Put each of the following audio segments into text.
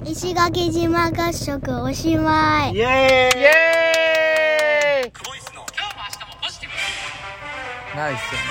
石垣島合宿おしまい。 イエーイ。 イエーイ。 クボイスの今日も明日もポジティブ。 ナイスよね。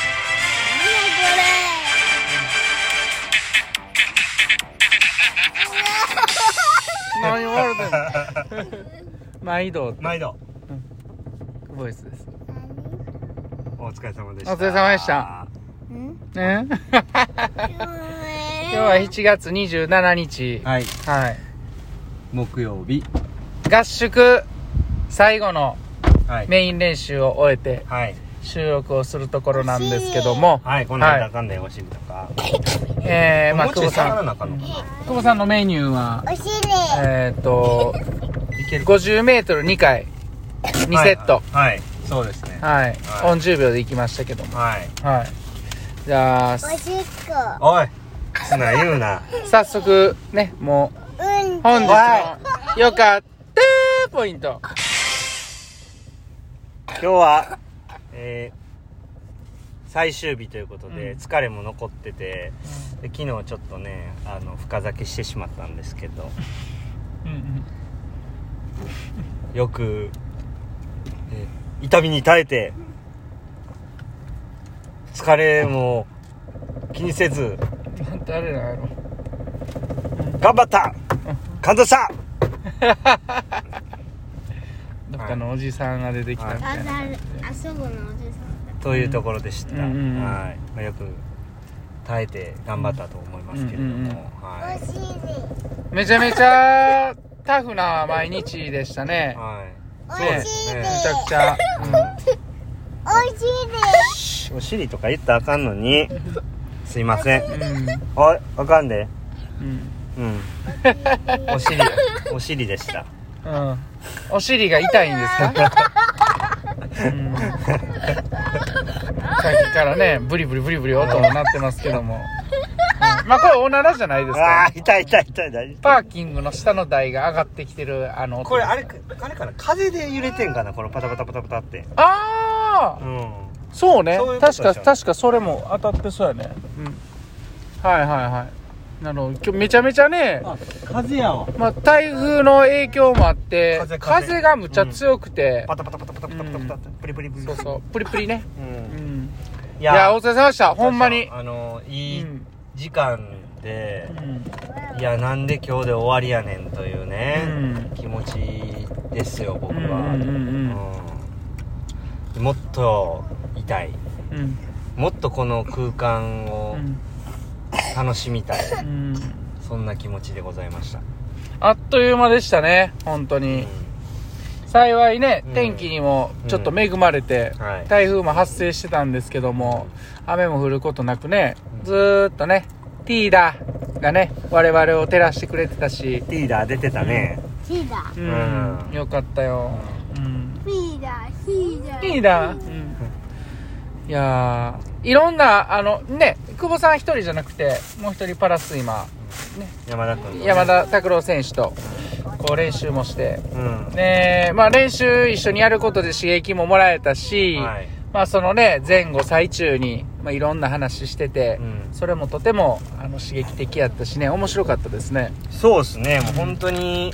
何言われてんの毎度毎度ボイスです。 お疲れ様でした。 お疲れ様でした。ね今日は7月27日、 はい、 はい、 木曜日合宿最後のはいメイン練習を終えてはい収録をするところなんですけども、 はい、こんなんだかんだんお尻とか、 まあもうちょい下がらなあかんのかな。 久保さんのメニューはお尻。 いける 50メートル2回2セット、 はい、はい、そうですね。 はい、 はいオン10秒で行きましたけども、 はい。 はい、じゃあおしっこ。 おい、そんなん言うな。 早速ね、もう本日のよかったポイント。 今日は、最終日ということで、疲れも残ってて、で昨日ちょっとね深酒してしまったんですけど、よく、痛みに耐えて疲れも気にせず誰なんやろ。 頑張った感動したどっかのおじさんが出てきたみたいな、 あそこのおじさん。 というところでした。 うんうんうんはい、まあ、よく耐えて頑張ったと思いますけれども、 うんうんうんはいお尻。 めちゃめちゃタフな毎日でしたね。 はい、 ねお尻。 めちゃくちゃ、 お尻。 お尻とか言ったらあかんのにすいません。 うんおい、あかんで。 うんお尻でした。 うんお尻が痛いんですか、さっきからねブリブリブリブリ音鳴ってますけども、まあこれおならじゃないですか、 あー、痛い大丈夫。 パーキングの下の台が上がってきてる音これあれかな、風で揺れてんかな、このパタパタパタパタって。 ああ、そうね、 そういうことでしょ確かそれも当たってそうやね、はいはいはい、なるほど。今日めちゃめちゃね、 風やわ。 まあ、台風の影響もあって風風がむちゃ強くて、 パタパタパタパタパタパタパタ、プリプリプリ。 そうそうプリプリね、 いいやお疲れ様でした、ほんまに。 いい時間で、いやなんで今日で終わりやねんというね、気持ちですよ僕は。もっといたい、もっとこの空間を楽しみたい、そんな気持ちでございました。 あっという間でしたね本当に、幸いね、天気にもちょっと恵まれて、台風も発生してたんですけども、雨も降ることなくね、ずーっとねティーダーがね我々を照らしてくれてたし、 ティーダー出てたね。 ヒーダー。 よかったよ、 ヒーダー。ヒーダー。 ティーダー、いやーいろんなね、久保さん一人じゃなくてもう一人パラスイマー、ね、山田拓郎選手とこう練習もして、ね、まあ練習一緒にやることで刺激ももらえたし、まあそのね前後最中に、まあ、いろんな話してて、それもとても刺激的やったしね、面白かったですね。 そうですね、もう本当に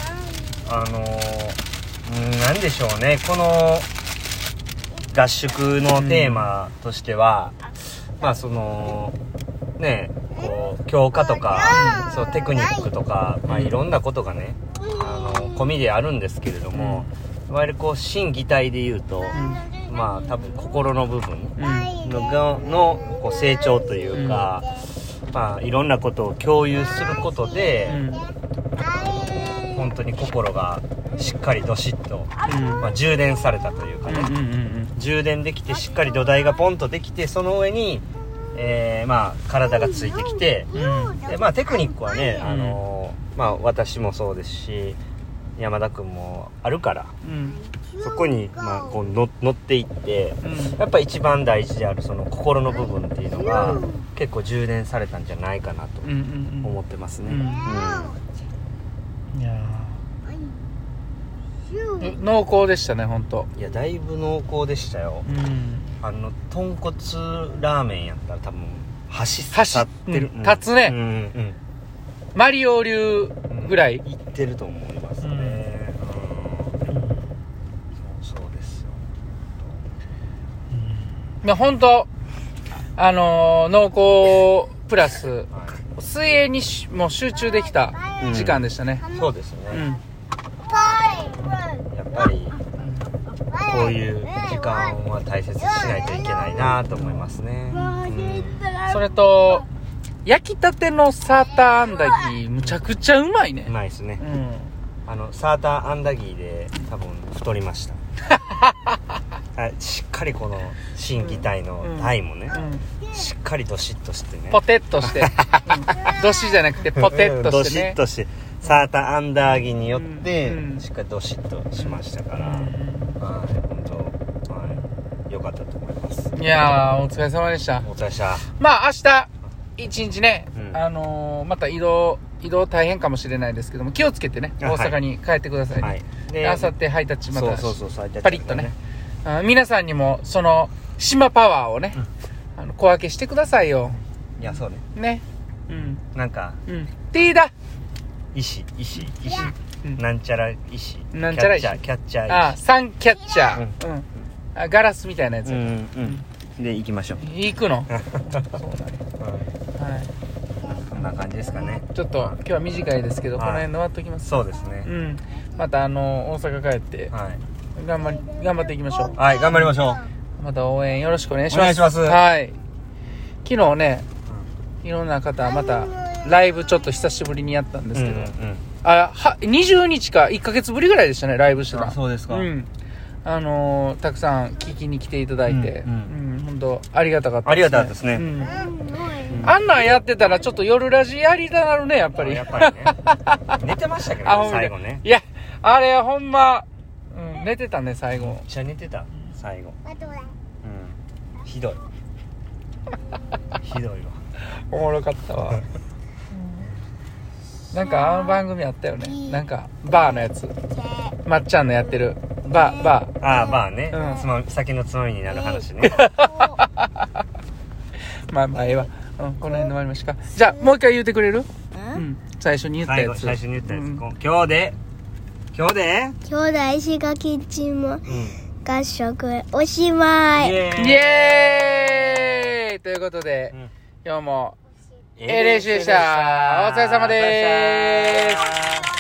なんでしょうね、この合宿のテーマとしては、まあそのねこう強化とか、そうテクニックとか、まあいろんなことがね込みであるんですけれども、いわゆるこう心技体でいうと、まあ多分心の部分のこう成長というか、まあいろんなことを共有することで、本当に心がしっかりどしっと、まあ、充電されたというかね、充電できてしっかり土台がポンとできて、その上に、まあ体がついてきて、でまあテクニックはね、まあ私もそうですし山田君もあるから、そこにまあこう乗っていって、やっぱ一番大事であるその心の部分っていうのが結構充電されたんじゃないかなと思ってますね。 いや濃厚でしたね本当。 いやだいぶ濃厚でしたよ。豚骨ラーメンやったら多分箸刺ってる、 立つね、マリオ流ぐらい行ってると思いますね。そうですよ。 本当濃厚プラス水泳にもう集中できた時間でしたね。 そうですね。 うん、 やっぱりこういう時間は大切にしないといけないなと思いますね。 それと焼きたてのサーターアンダギーむちゃくちゃうまいね。 うまいですね。 うん、 サーターアンダギーで多分太りました。しっかりこの心技体のタイもね、しっかりドシッとしてね、 ポテッとして、ドシじゃなくてポテッとドしてね、 シッとしてサーターアンダギーによってしっかりドシッとしましたから、本当良かったと思います。 いやーお疲れ様でした。 お疲れでした。 まあ明日一日ね、また移動大変かもしれないですけども気をつけてね、大阪に帰ってくださいね。 はい、 で明後日ハイタッチまたそうパリッとね、皆さんにもその島パワーをね、小分けしてくださいよ。 いやそうね。 ね、 なんか、 ティーだ。 石、なんちゃら石、 なんちゃら石、 キャッチャー石。 サンキャッチャー、ガラスみたいなやつ。 で行きましょう。 行くの。そうだね。はい。 こんな感じですかね。 ちょっと今日は短いですけど、この辺で終わっておきます。 そうですね。 また大阪帰って、頑張っていきましょう。 はい、頑張りましょう。また応援よろしくお願いします。 お願いします。 はい。昨日ね、いろんな方またライブちょっと久しぶりにやったんですけど、20日か1ヶ月ぶりぐらいでしたね、ライブしてた。 そうですか。 たくさん聞きに来ていただいて、本当ありがたかったですね。 ありがたかったですね。 あんなんやってたらちょっと夜ラジやりたなるね、やっぱり。 やっぱりね。寝てましたけどね、最後ね。 いや、あれほんま、寝てたね、最後。 めっちゃ寝てた、最後。ひどい。ひどいわ。 おもろかったわ。なんかあの番組あったよね。なんかバーのやつ。まっちゃんのやってるバー。 バーね。酒のつまみになる話ね。 まあええわ。この辺で終わりましょうか。じゃあもう一回言うてくれる？最初に言ったやつ。 最初に言ったやつ。今日で兄弟石垣チーム合宿おしまい。 イエーイということで、今日も練習でした。お疲れ様です。